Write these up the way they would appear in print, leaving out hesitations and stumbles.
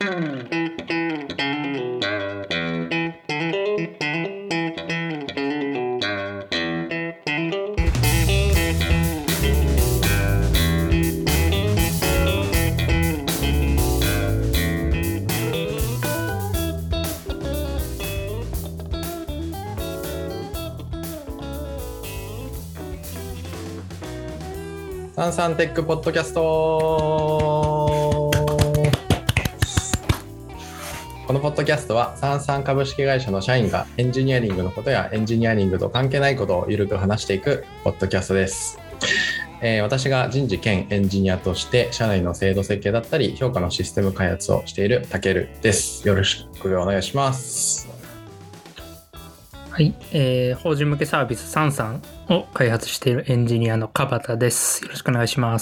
サンサンテックポッドキャスト。このポッドキャストはサンサン株式会社の社員がエンジニアリングのことやエンジニアリングと関係ないことをゆるく話していくポッドキャストです。私が人事兼エンジニアとして社内の制度設計だったり評価のシステム開発をしているたけるです。よろしくお願いします。 はい、法人向けサービスサンサンを開発しているエンジニアの川端です。よろしくお願いします。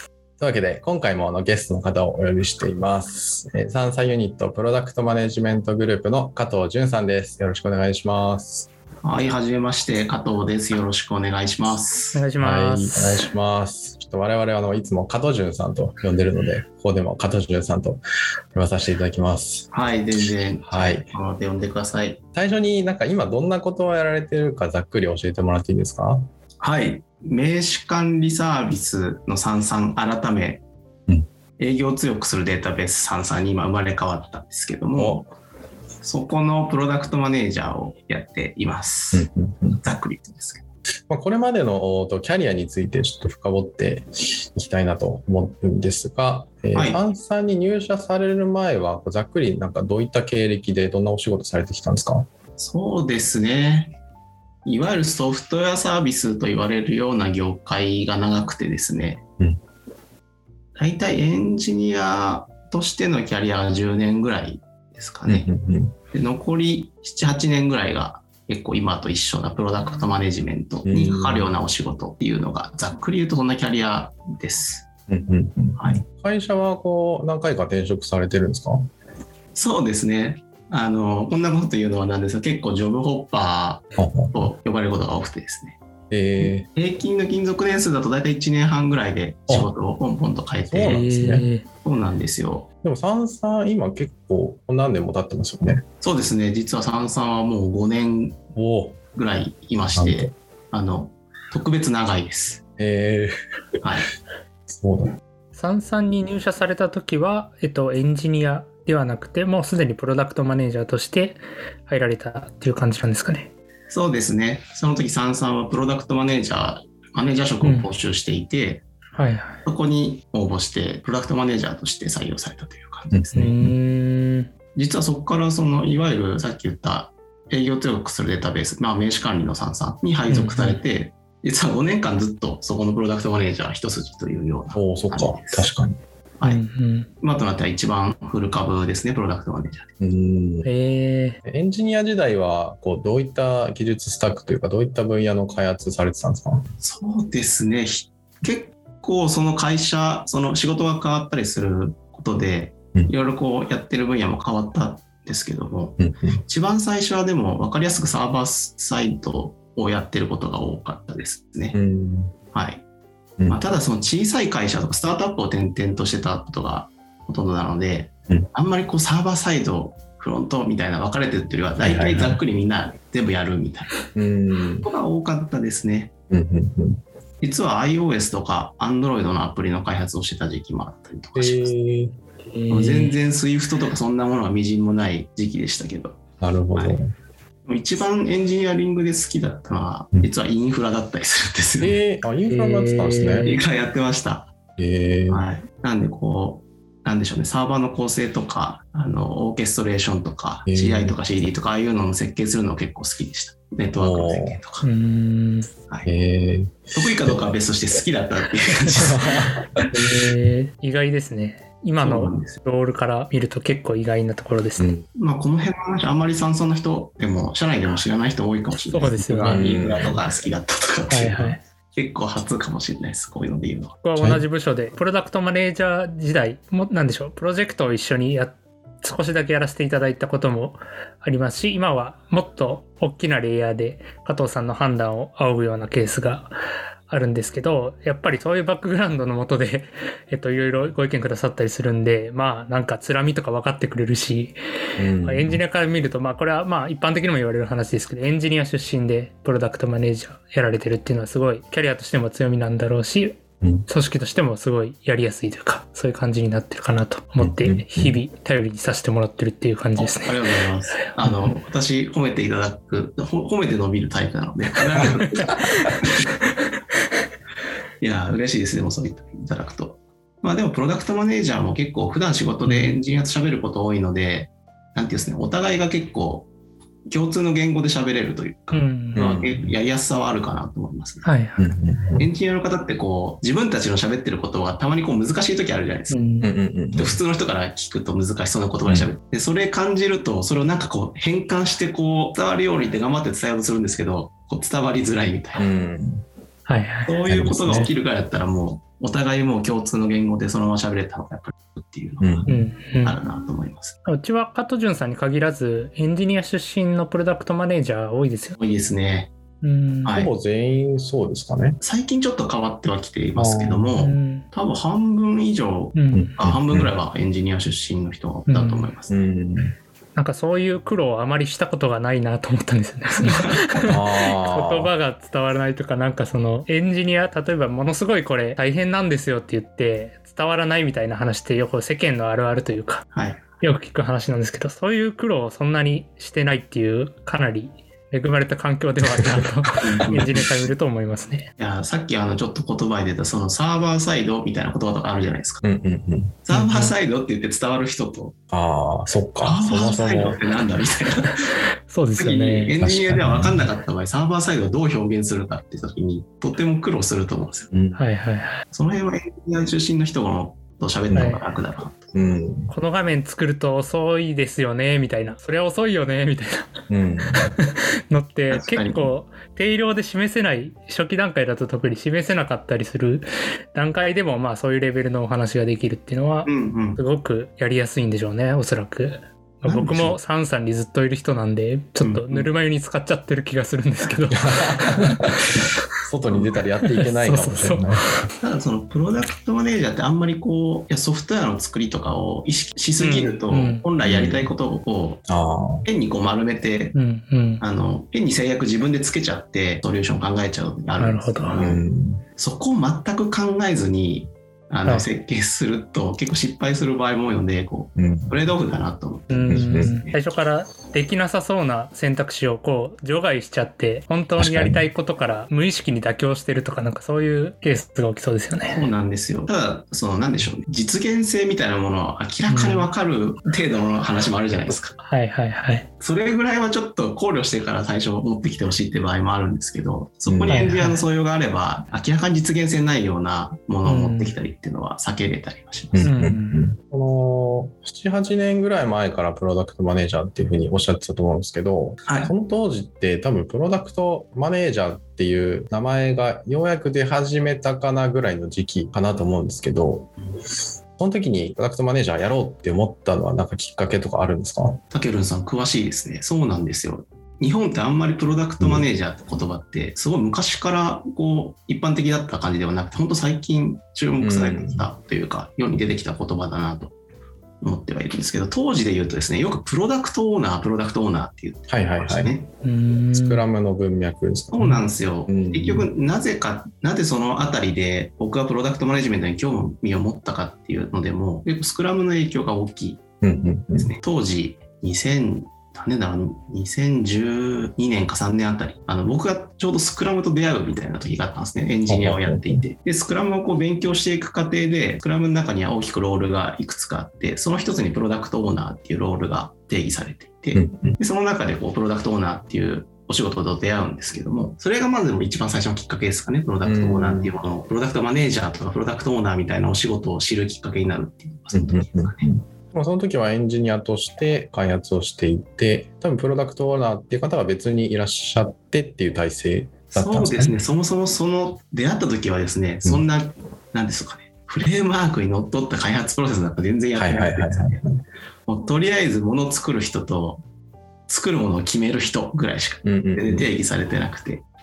というわけで今回もゲストの方をお呼びしています。サンサンユニットプロダクトマネジメントグループの加藤淳さんです。よろしくお願いします。 はい、はじめまして加藤です。よろしくお願いします。 お願いします。 はい、お願いします。ちょっと我々いつも加藤淳さんと呼んでるので、ここでも加藤淳さんと呼ばさせていただきます。 はい、全然。 はい。 呼んでください。 最初に今どんなことをやられてるかざっくり教えてもらっていいですか？ はい、名刺管理サービスのサンサン改め、営業を強くするデータベースサンサンに今生まれ変わったんですけども、そこのプロダクトマネージャーをやっています。ざっくりですけど。 これまでのキャリアについてちょっと深掘っていきたいなと思うんですが、サンサンに入社される前はざっくりどういった経歴でどんなお仕事されてきたんですか？ そうですね。いわゆるソフトウェアサービスと言われるような業界が長くてですね、大体エンジニアとしてのキャリアが10年ぐらいですかね。で残り 7,8 年ぐらいが結構今と一緒なプロダクトマネジメントにかかるようなお仕事っていうのがざっくり言うとそんなキャリアです。 はい、会社は何回か転職されてるんですか？ そうですね。こんなこと言うのはなんですが、結構ジョブホッパーと呼ばれることが多くてですね。平均の勤続年数だと大体1年半ぐらいで仕事をポンポンと変えて。 そうなんですね。 そうなんですよ。 でもサンサン今結構何年も経ってますよね。 そうですね。実はサンサンはもう5年ぐらいいまして、特別長いです。 はい。そうだ。サンサンに入社された時は、エンジニアではなくてもうすでにプロダクトマネージャーとして入られたっていう感じなんですかね？ そうですね。その時サンサンはプロダクトマネージャー職を募集していて、そこに応募してプロダクトマネージャーとして採用されたという感じですね。実はそこからいわゆるさっき言った営業を強くするデータベース、名刺管理のサンサンに配属されて、実は5年間ずっとそこのプロダクトマネージャー一筋というような感じです。 そっか、確かに。 はい。今となっては一番フル株ですね、プロダクトマネージャーで。エンジニア時代はどういった技術スタックというかどういった分野の開発されてたんですか？ そうですね。結構その会社、仕事が変わったりすることで、いろいろやってる分野も変わったんですけども、一番最初はでも分かりやすくサーバーサイドをやってることが多かったですね。はい。ただその小さい会社とかスタートアップを転々としてたことがほとんどなので、あんまりサーバーサイドフロントみたいな分かれてるっていうよりは大体ざっくりみんな全部やるみたいなことが多かったですね。実は iOS とか Android のアプリの開発をしてた時期もあったりとかします。全然 Swift とかそんなものはみじんもない時期でしたけど。 なるほど。 一番エンジニアリングで好きだったのは、実はインフラだったりするんですよ。 インフラになってたんですね。 インフラやってました。はい。なんでなんでしょうね、サーバーの構成とか、オーケストレーションとか、CI とか CD とか、ああいうのを設計するの結構好きでした。ネットワークの設計とか。はい。得意かどうかは別として好きだったっていう感じです。意外ですね。今のロールから見ると結構意外なところですね。 この辺の話あんまりサンサンの人でも社内でも知らない人多いかもしれない。 そうですよね。 インフラとか好きだったとか結構初かもしれないです。こういうので言うのは。 僕は同じ部署でプロダクトマネージャー時代もなんでしょう、プロジェクトを一緒に少しだけやらせていただいたこともありますし、今はもっと大きなレイヤーで加藤さんの判断を仰ぐようなケースがあるんですけど、やっぱりそういうバックグラウンドのもとでいろいろご意見くださったりするんで、まあなんかつらみとか分かってくれるし、まあ、エンジニアから見ると、まあこれはまあ一般的にも言われる話ですけど、エンジニア出身でプロダクトマネージャーやられてるっていうのはすごいキャリアとしても強みなんだろうし、組織としてもすごいやりやすいというか、そういう感じになってるかなと思って、日々頼りにさせてもらってるっていう感じですね。 ありがとうございます。私、褒めていただく、褒めて伸びるタイプなので。いや、嬉しいですね、もうそう言っていただくと。まあでも、プロダクトマネージャーも結構、普段仕事でエンジニアと喋ること多いので、なんていうんですね、お互いが結構、共通の言語で喋れるというか、まあ、やりやすさはあるかなと思いますね。 はいはい。 エンジニアの方ってこう自分たちの喋ってる言葉がたまにこう難しい時あるじゃないですか。普通の人から聞くと難しそうな言葉で喋って、でそれ感じるとそれをなんかこう変換してこう伝わるようにって頑張って伝えようとするんですけど、こう伝わりづらいみたいな。はいはい。そういうことが起きるからやったらもうお互いもう共通の言語でそのまま喋れたのがやっぱりっていうのがあるなと思います。 うちは加藤潤さんに限らずエンジニア出身のプロダクトマネージャー多いですよ。 多いですね。 ほぼ全員そうですかね。 最近ちょっと変わってはきていますけども、多分半分以上、半分ぐらいはエンジニア出身の人だと思います。 なんかそういう苦労をあまりしたことがないなと思ったんですよね。言葉が伝わらないとか、なんかそのエンジニア、例えばものすごいこれ大変なんですよって言って伝わらないみたいな話ってよく世間のあるあるというか、よく聞く話なんですけど、そういう苦労をそんなにしてないっていう、かなり恵まれた環境ではあるなとエンジニアから見ると思いますね。 いや、さっきちょっと言葉に出たそのサーバーサイドみたいな言葉とかあるじゃないですか。サーバーサイドって言って伝わる人と、 そっか、 サーバーサイドってなんだみたいな。 そうですよね。 エンジニアでは分かんなかった場合、サーバーサイドをどう表現するかって言った時にとても苦労すると思うんですよ。その辺はエンジニア出身の人と喋った方が楽だな。 この画面作ると遅いですよねみたいな、それは遅いよねみたいな、のって結構定量で示せない、初期段階だと特に示せなかったりする段階でも、まあそういうレベルのお話ができるっていうのはすごくやりやすいんでしょうね、おそらく。僕もサンさんにずっといる人なんで、ちょっとぬるま湯に使っちゃってる気がするんですけど、 外に出たらやっていけないかもしれない。 ただそのプロダクトマネージャーってあんまりこうソフトウェアの作りとかを意識しすぎると、本来やりたいことをペンにこう丸めて、ペンに制約自分でつけちゃってソリューション考えちゃうのがあるんですけど、そこを全く考えずに設計すると結構失敗する場合も多いので、こうトレードオフだなと思って、 最初からできなさそうな選択肢をこう除外しちゃって、本当にやりたいことから無意識に妥協してるとか、なんかそういうケースが起きそうですよね。 そうなんですよ。ただなんでしょうね、実現性みたいなものは明らかに分かる程度の話もあるじゃないですか。それぐらいはちょっと考慮してから最初持ってきてほしいっていう場合もあるんですけど、そこにエンジニアの素養があれば、明らかに実現性ないようなものを持ってきたりっていうのは避けれたりはします。 この 7,8 年ぐらい前からプロダクトマネージャーっていうふうにおっしゃってたと思うんですけど、その当時って多分プロダクトマネージャーっていう名前がようやく出始めたかなぐらいの時期かなと思うんですけど、その時にプロダクトマネージャーやろうって思ったのはなんかきっかけとかあるんですか？ たけるんさん詳しいですね。そうなんですよ。日本ってあんまりプロダクトマネージャーって言葉ってすごい昔からこう一般的だった感じではなくて、本当最近注目されてきたというか、世に出てきた言葉だなと思ってはいるんですけど、当時で言うとですね、よくプロダクトオーナーって言ってましたね。 スクラムの文脈ですかね。 そうなんですよ。結局なぜそのあたりで僕はプロダクトマネジメントに興味を持ったかっていうのでも、結構スクラムの影響が大きいですね。当時2012年か3年あたり、僕がちょうどスクラムと出会うみたいな時があったんですね。エンジニアをやっていて。で、スクラムをこう勉強していく過程で、スクラムの中には大きくロールがいくつかあって、その一つにプロダクトオーナーっていうロールが定義されていて、でその中でこうプロダクトオーナーっていうお仕事と出会うんですけども、それがまず一番最初のきっかけですかね。プロダクトオーナーっていうものを、プロダクトマネージャーとかプロダクトオーナーみたいなお仕事を知るきっかけになるっていうのがその時ですかね。 その時はエンジニアとして開発をしていて、多分プロダクトオーナーっていう方は別にいらっしゃってっていう体制だったんですかね。 そうですね。そもそもその出会った時はですね、そんな、なんですかね、フレームワークにのっとった開発プロセスなんか全然やってなくてですね、もうとりあえず物を作る人と作るものを決める人ぐらいしか定義されてなくて、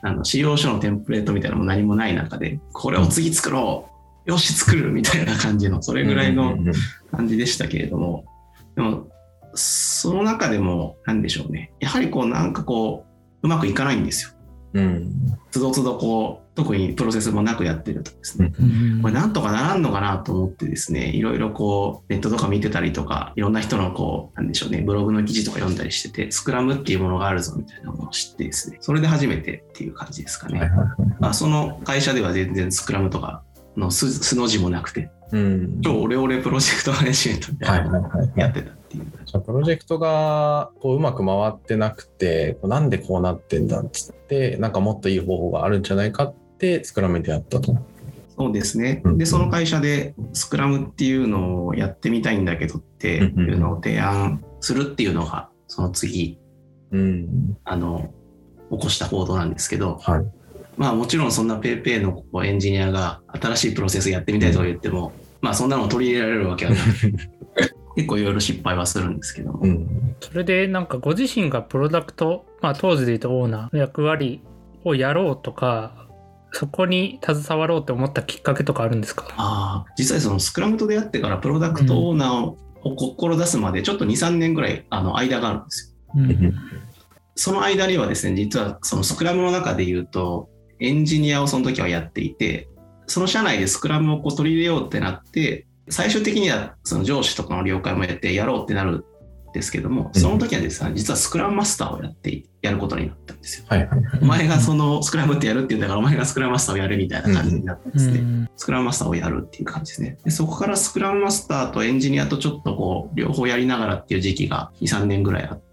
仕様書のテンプレートみたいなのも何もない中で、これを次作ろう、よし作るみたいな感じの、それぐらいの感じでしたけれども、でもその中でもなんでしょうね、やはりこうなんかこううまくいかないんですよ。つどつどこう特にプロセスもなくやってるとですね、これなんとかならんのかなと思ってですね、いろいろこうネットとか見てたりとか、いろんな人のこうなんでしょうね、ブログの記事とか読んだりしてて、スクラムっていうものがあるぞみたいなものを知ってですね、それで初めてっていう感じですかね。その会社では全然スクラムとかの素の字もなくて、超オレオレプロジェクトマネジメントみたいなのをやってたっていう。 じゃあプロジェクトがこううまく回ってなくて、なんでこうなってんだっつって、なんかもっといい方法があるんじゃないかってスクラムでやったと。 そうですね。でその会社でスクラムっていうのをやってみたいんだけどっていうのを提案するっていうのがその次、起こした行動なんですけど、まあもちろんそんなペイペイのエンジニアが新しいプロセスやってみたいとか言っても、まあそんなの取り入れられるわけはない。結構いろいろ失敗はするんですけども、 それでなんかご自身がプロダクト、当時で言うとオーナーの役割をやろうとか、そこに携わろうと思ったきっかけとかあるんですか？ 実際そのスクラムと出会ってからプロダクトオーナーを志すまでちょっと 2,3 年ぐらい間があるんですよ。その間にはですね、実はそのスクラムの中で言うとエンジニアをその時はやっていて、その社内でスクラムを取り入れようってなって、最終的にはその上司とかの了解も得てやろうってなるんですけども、その時はですね、実はスクラムマスターをやることになったんですよ。お前がそのスクラムってやるっていうんだから、お前がスクラムマスターをやるみたいな感じになってですね、スクラムマスターをやるっていう感じですね。でそこからスクラムマスターとエンジニアとちょっとこう両方やりながらっていう時期が 2,3 年ぐらいあって、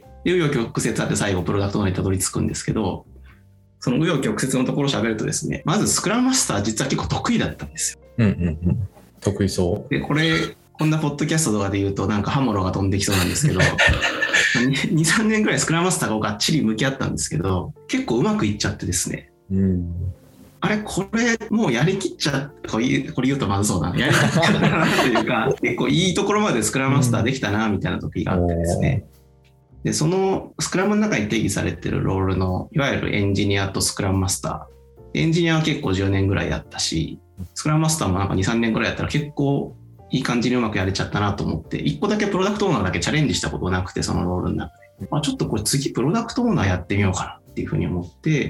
紆余曲折あって最後プロダクトオーナーにたどり着くんですけど、その紆余曲折のところを喋るとですね、まずスクラムマスター実は結構得意だったんですよ。 得意そう。 でこんなポッドキャストとかで言うとなんか刃物が飛んできそうなんですけど2、3年ぐらいスクラムマスターががっちり向き合ったんですけど、結構うまくいっちゃってですね、あれこれもうやりきっちゃこれ言うとまずそうだな、やりきっちゃったなというか結構いいところまでスクラムマスターできたなみたいな時があってですね、でそのスクラムの中に定義されているロールのいわゆるエンジニアとスクラムマスター、エンジニアは結構10年ぐらいやったし、スクラムマスターもなんか 2,3 年ぐらいやったら結構いい感じにうまくやれちゃったなと思って、1個だけプロダクトオーナーだけチャレンジしたことなくて、そのロールの中で、ちょっとこれ次プロダクトオーナーやってみようかなっていうふうに思って、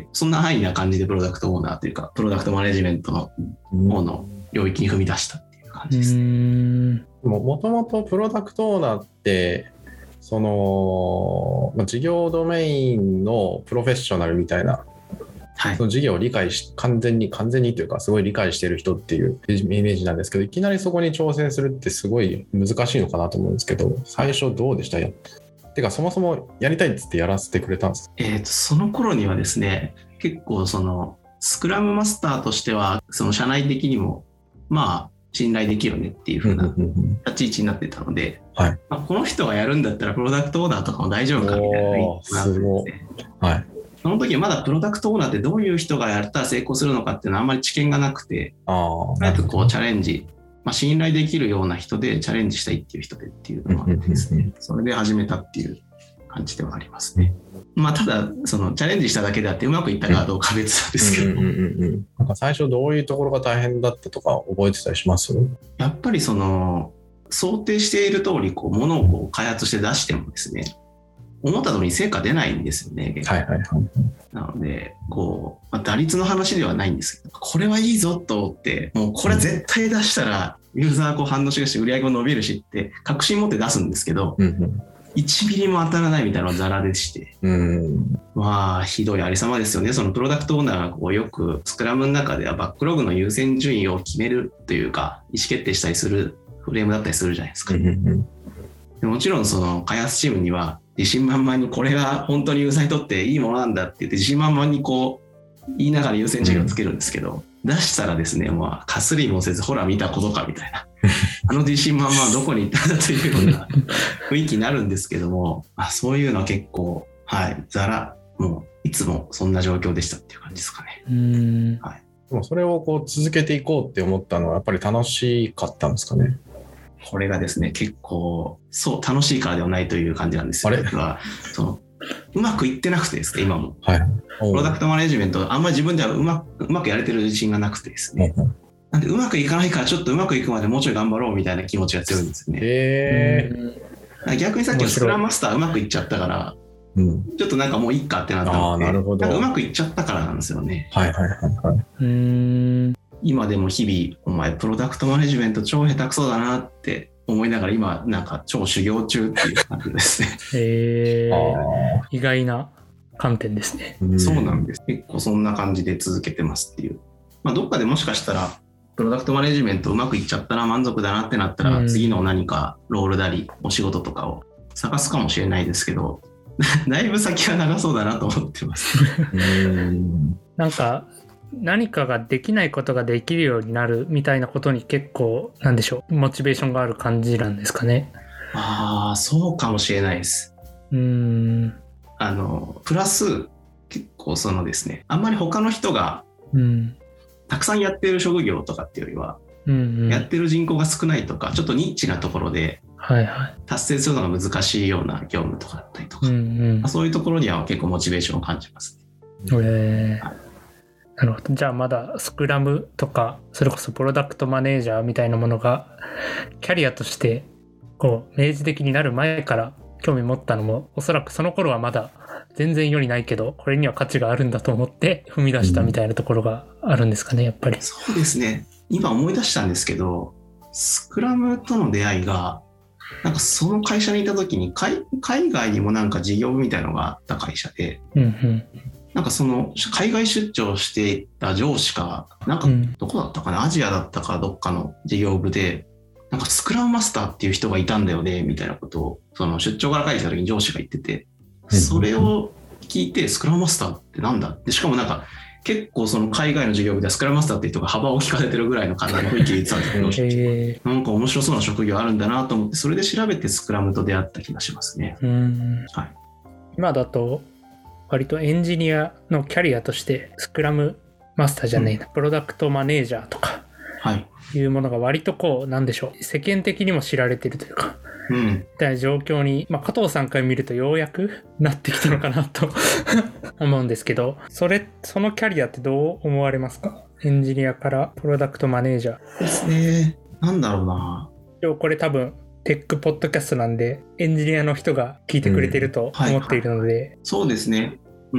そんな安易な感じでプロダクトオーナーというかプロダクトマネジメントの方の領域に踏み出したっていう感じです。 もともとプロダクトオーナーってその事業ドメインのプロフェッショナルみたいな、その事業を理解し完全にというかすごい理解している人っていうイメージなんですけど、いきなりそこに挑戦するってすごい難しいのかなと思うんですけど、最初どうでした？てかそもそもやりたいっつってやらせてくれたんですか？ その頃にはですね、結構そのスクラムマスターとしてはその社内的にも信頼できるねっていう風な立ち位置になってたので、この人がやるんだったらプロダクトオーナーとかも大丈夫かみたいな雰囲気があってですね、その時はまだプロダクトオーナーってどういう人がやったら成功するのかっていうのはあんまり知見がなくて、とりあえずこうチャレンジ、信頼できるような人でチャレンジしたいっていう人でっていうのがあってですね、それで始めたっていう感じではありますね。ただそのチャレンジしただけであってうまくいったかどうか別なんですけど、 なんか最初どういうところが大変だったとか覚えてたりします？ やっぱりその想定している通りこうものをこう開発して出してもですね、思った通りに成果出ないんですよね。なのでこう、打率の話ではないんですけど、これはいいぞと思ってもうこれ絶対出したらユーザーこう反応しがして売り上げも伸びるしって確信持って出すんですけど、1ミリも当たらないみたいなのがザラでして、ひどいありさまですよね。そのプロダクトオーナーがこうよくスクラムの中ではバックログの優先順位を決めるというか意思決定したりするフレームだったりするじゃないですか。でもちろんその開発チームには自信満々にこれが本当にユーザーにとっていいものなんだって言って自信満々にこう言いながら優先順位をつけるんですけど、出したらですね、かすりもせずほら見たことかみたいな自信満々はどこに行ったんだというような雰囲気になるんですけども、そういうのは結構ザラ、もういつもそんな状況でしたっていう感じですかね。 でもそれをこう続けていこうって思ったのはやっぱり楽しかったんですかね？ これがですね、結構そう楽しいからではないという感じなんですよ。そのうまくいってなくてですね、今も。 はい。 プロダクトマネジメント、あんまり自分ではうまくやれてる自信がなくてですね。なんでうまくいかないからちょっとうまくいくまでもうちょい頑張ろうみたいな気持ちが強いんですよね。逆にさっきのスクラムマスターうまくいっちゃったから、ちょっとなんかもういいかってなったので、なんかうまくいっちゃったからなんですよね。今でも日々、お前プロダクトマネジメント超下手くそだなって思いながら今なんか超修行中っていう感じですね。 意外な観点ですね。 そうなんです。結構そんな感じで続けてますっていう。どっかでもしかしたらプロダクトマネジメントうまくいっちゃったな、満足だなってなったら、次の何かロールなりお仕事とかを探すかもしれないですけど、だいぶ先は長そうだなと思ってます。 なんか何かができないことができるようになるみたいなことに結構なんでしょう、モチベーションがある感じなんですかね。 そうかもしれないです。プラス結構そのですね、あんまり他の人がたくさんやってる職業とかっていうよりは、やってる人口が少ないとかちょっとニッチなところで達成するのが難しいような業務とかだったりとか、そういうところには結構モチベーションを感じますね。 なるほど。じゃあまだスクラムとかそれこそプロダクトマネージャーみたいなものがキャリアとしてこう明示的になる前から興味持ったのも、おそらくその頃はまだ全然世にないけどこれには価値があるんだと思って踏み出したみたいなところがあるんですかね、やっぱり。 そうですね。今思い出したんですけど、スクラムとの出会いがなんかその会社にいた時に海外にもなんか事業部みたいなのがあった会社で、なんかその海外出張していた上司かなんかどこだったかな、アジアだったかどっかの事業部でなんかスクラムマスターっていう人がいたんだよねみたいなことをその出張から帰ってきた時に上司が言ってて、それを聞いてスクラムマスターってなんだで、しかもなんか結構その海外の事業部ではスクラムマスターっていう人が幅を利かせてるぐらいの感じの雰囲気で言ってたんですけど、なんか面白そうな職業あるんだなと思ってそれで調べてスクラムと出会った気がしますね。 今だと割とエンジニアのキャリアとしてスクラムマスターじゃないな、プロダクトマネージャーとかいうものが割とこうなんでしょう、世間的にも知られてるというか、みたいな状況に、加藤さんから見るとようやくなってきたのかなと思うんですけど、そのキャリアってどう思われますか？エンジニアからプロダクトマネージャーですね。なんだろうな。 これ多分テックポッドキャストなんでエンジニアの人が聞いてくれてると思っているので、 そうですね。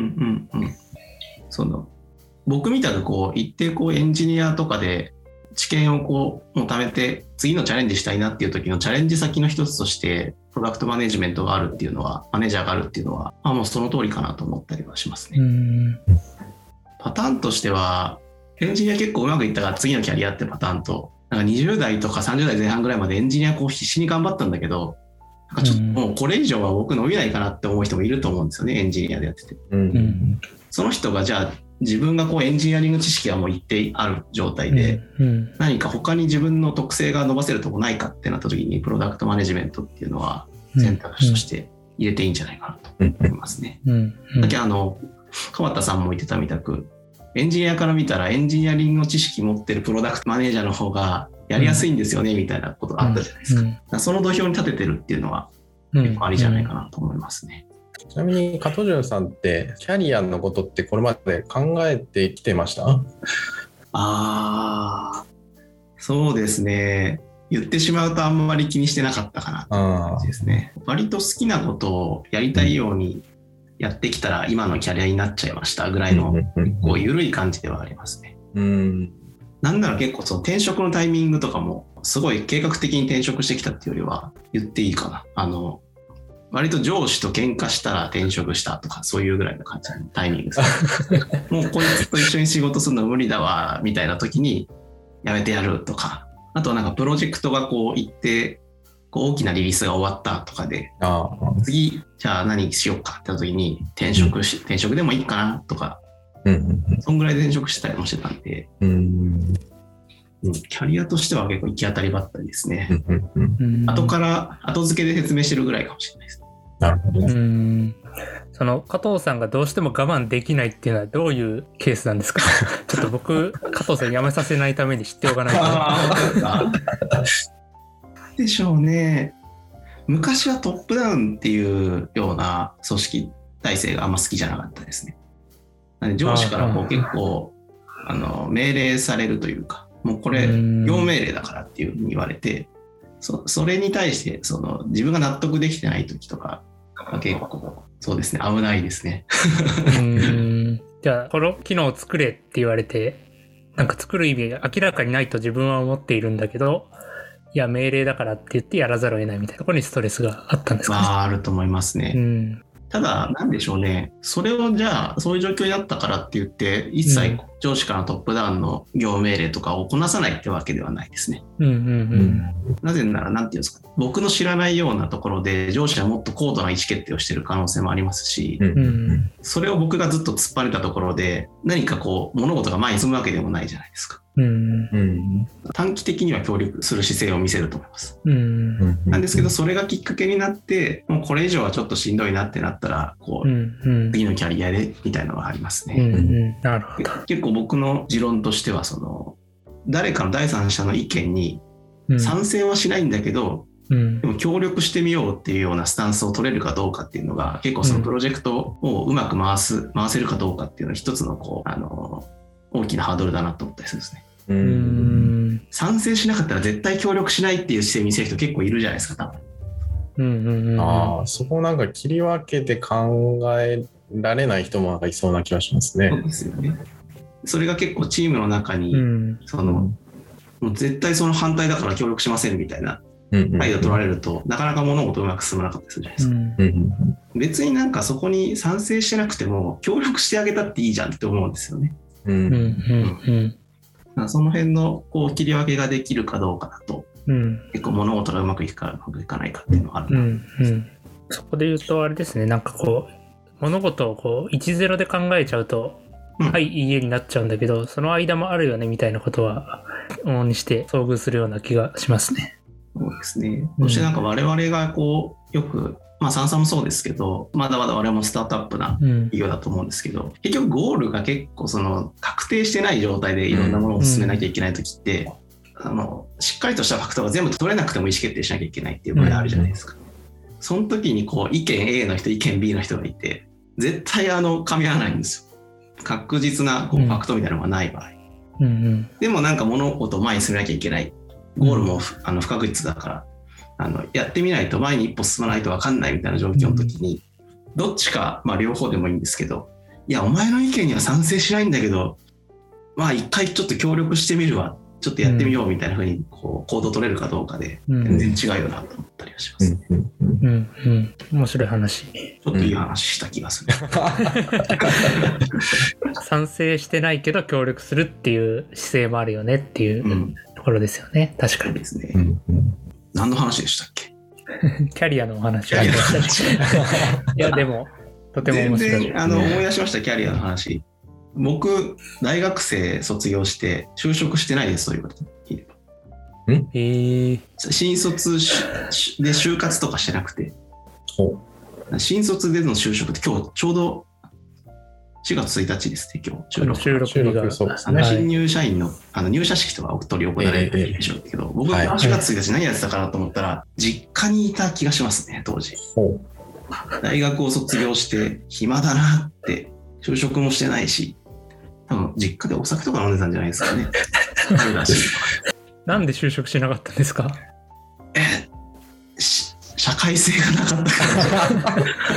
その僕みたくこう一定こうエンジニアとかで知見をこうもう貯めて次のチャレンジしたいなっていう時のチャレンジ先の一つとしてプロダクトマネジメントがあるっていうのは、マネージャーがあるっていうのはもうその通りかなと思ったりはしますね。パターンとしてはエンジニア結構うまくいったから次のキャリアってパターンと、なんか20代とか30代前半ぐらいまでエンジニアこう必死に頑張ったんだけど、なんかちょっともうこれ以上は僕伸びないかなって思う人もいると思うんですよね、エンジニアでやってて。その人がじゃあ自分がこうエンジニアリング知識はもう一定ある状態で、何か他に自分の特性が伸ばせるとこないかってなった時にプロダクトマネジメントっていうのは選択肢として入れていいんじゃないかなと思いますね。だけ川田さんも言ってたみたく、エンジニアから見たらエンジニアリングの知識持ってるプロダクトマネージャーの方がやりやすいんですよねみたいなことがあったじゃないですか。だからその土俵に立ててるっていうのは結構ありじゃないかなと思いますね。 ちなみに加藤潤さんってキャリアのことってこれまで考えてきてました？ そうですね。言ってしまうとあんまり気にしてなかったかなって感じですね。割と好きなことをやりたいようにやってきたら今のキャリアになっちゃいましたぐらいのこう緩い感じではありますね。なんなら結構その転職のタイミングとかもすごい計画的に転職してきたっていうよりは言っていいかな。割と上司と喧嘩したら転職したとかそういうぐらいの感じのタイミングです。もうこいつと一緒に仕事するの無理だわみたいな時にやめてやるとか、あとはなんかプロジェクトがこう一定こう大きなリリースが終わったとかで、次じゃあ何しようかって時に転職でもいいかなとか、そんぐらいで転職したりもしてたんで、キャリアとしては結構行き当たりばったりですね。後付けで説明してるぐらいかもしれないです。 なるほど。 その加藤さんがどうしても我慢できないっていうのはどういうケースなんですか？ちょっと僕加藤さん辞めさせないために知っておかないと。 でしょうね。昔はトップダウンっていうような組織体制があんま好きじゃなかったですね。なので上司からこう結構命令されるというか、もうこれ業務命令だからっていうふうに言われて、それに対して自分が納得できてない時とか結構そうですね、危ないですね。 じゃあこの機能を作れって言われて、なんか作る意味が明らかにないと自分は思っているんだけど、いや命令だからって言ってやらざるを得ないみたいなところにストレスがあったんですかね。 あると思いますね。ただなんでしょうね、それをじゃあそういう状況になったからって言って一切上司からのトップダウンの業務命令とかをこなさないってわけではないですね。なぜならなんていうんですか、僕の知らないようなところで上司はもっと高度な意思決定をしている可能性もありますし、それを僕がずっと突っ張れたところで何かこう物事が前に進むわけでもないじゃないですか。短期的には協力する姿勢を見せると思います。なんですけど、それがきっかけになってもうこれ以上はちょっとしんどいなってなったらこう、次のキャリアでみたいなのがありますね。 なるほど。 結構僕の持論としては誰かの第三者の意見に賛成はしないんだけど、でも協力してみようっていうようなスタンスを取れるかどうかっていうのが結構そのプロジェクトをうまく回せるかどうかっていうのは一つの大きなハードルだなと思ったりするんですね。賛成しなかったら絶対協力しないっていう姿勢見せる人結構いるじゃないですか、多分。 そこをなんか切り分けて考えられない人もなんかいそうな気がしますね。 そうですよね。それが結構チームの中に、もう絶対その反対だから協力しませんみたいな態度取られると、なかなか物事うまく進まなかったりするじゃないですか。別になんかそこに賛成してなくても協力してあげたっていいじゃんって思うんですよね。その辺のこう切り分けができるかどうかだと、結構物事がうまくいくかうまくいかないかっていうのがあるな。 そこで言うとあれですね、なんかこう物事をこう 1-0 で考えちゃうと、はい、いいえになっちゃうんだけど、その間もあるよねみたいなことは往々にして遭遇するような気がしますね。 そうですね。そしてなんか我々がこうよくサンサンもそうですけど、まだまだ我々もスタートアップな企業だと思うんですけど、結局ゴールが結構確定してない状態でいろんなものを進めなきゃいけないときって、しっかりとしたファクトが全部取れなくても意思決定しなきゃいけないっていう場合あるじゃないですか。その時にこう意見 A の人意見 B の人がいて絶対噛み合わないんですよ。確実なこうファクトみたいなのがない場合、でもなんか物事を前に進めなきゃいけない、ゴールも不確実だからやってみないと前に一歩進まないと分かんないみたいな状況の時に、どっちか両方でもいいんですけど、いやお前の意見には賛成しないんだけど一回ちょっと協力してみるわ、ちょっとやってみようみたいな風にこう行動取れるかどうかで全然違うよなと思ったりはします。 面白い話。 ちょっといい話した気がする。 賛成してないけど協力するっていう姿勢もあるよねっていうところですよね。確かにですね。何の話でしたっけ？ キャリアのお話ありましたいやでもとても面白い。 全然思い出しました、キャリアの話。僕大学生卒業して就職してないですと言われて。新卒で就活とかしてなくて、新卒での就職って今日ちょうど4月1日ですね。今日収録日が新入社員の入社式とか取り行われるでしょうけど、僕が4月1日何やってたかなと思ったら実家にいた気がしますね。当時大学を卒業して暇だなって就職もしてないし、多分実家でお酒とか飲んでたんじゃないですかね。 なんで就職しなかったんですか？ 社会性がなかった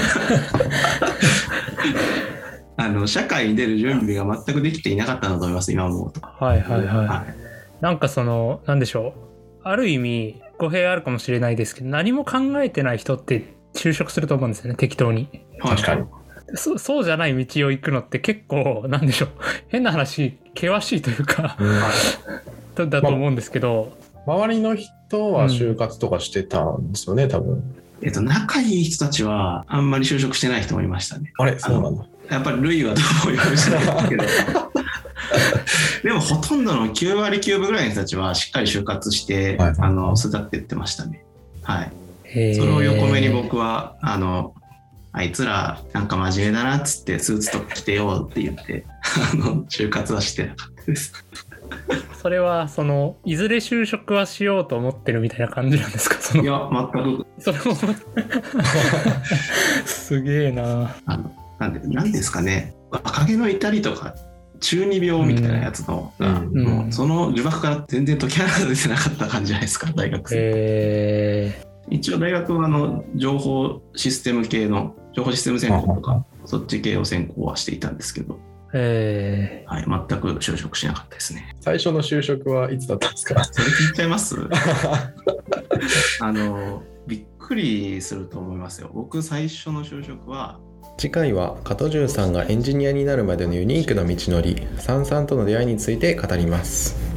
から社会に出る準備が全くできていなかったんだと思います、今思うと。 なんかなんでしょう、ある意味語弊あるかもしれないですけど、何も考えてない人って就職すると思うんですよね、適当に。 確かに。 そうじゃない道を行くのって結構なんでしょう、変な話険しいというか、だと思うんですけど、 周りの人は就活とかしてたんですよね、多分。 仲いい人たちはあんまり就職してない人もいましたね。 あれ、そうなんだ。 やっぱり類はどういうかもしれないけどでもほとんどの9割9分ぐらいの人たちはしっかり就活して、育っていってましたね。それを横目に僕はあいつらなんか真面目だなっつってスーツとか着てようって言って就活はしてなかったです。 それは、いずれ就職はしようと思ってるみたいな感じなんですか？ いや、全く。 それもすげえな。 なんですかね。赤毛の至りとか、中二病みたいなやつの、もうその呪縛から全然解き放たれてなかった感じじゃないですか、大学生。一応大学は情報システム系の、情報システム専攻とか、そっち系を専攻はしていたんですけど、はい、全く就職しなかったですね。 最初の就職はいつだったんですか？ それ聞いちゃいますびっくりすると思いますよ。僕最初の就職は、 次回は加藤潤さんがエンジニアになるまでのユニークな道のり、さんさんとの出会いについて語ります。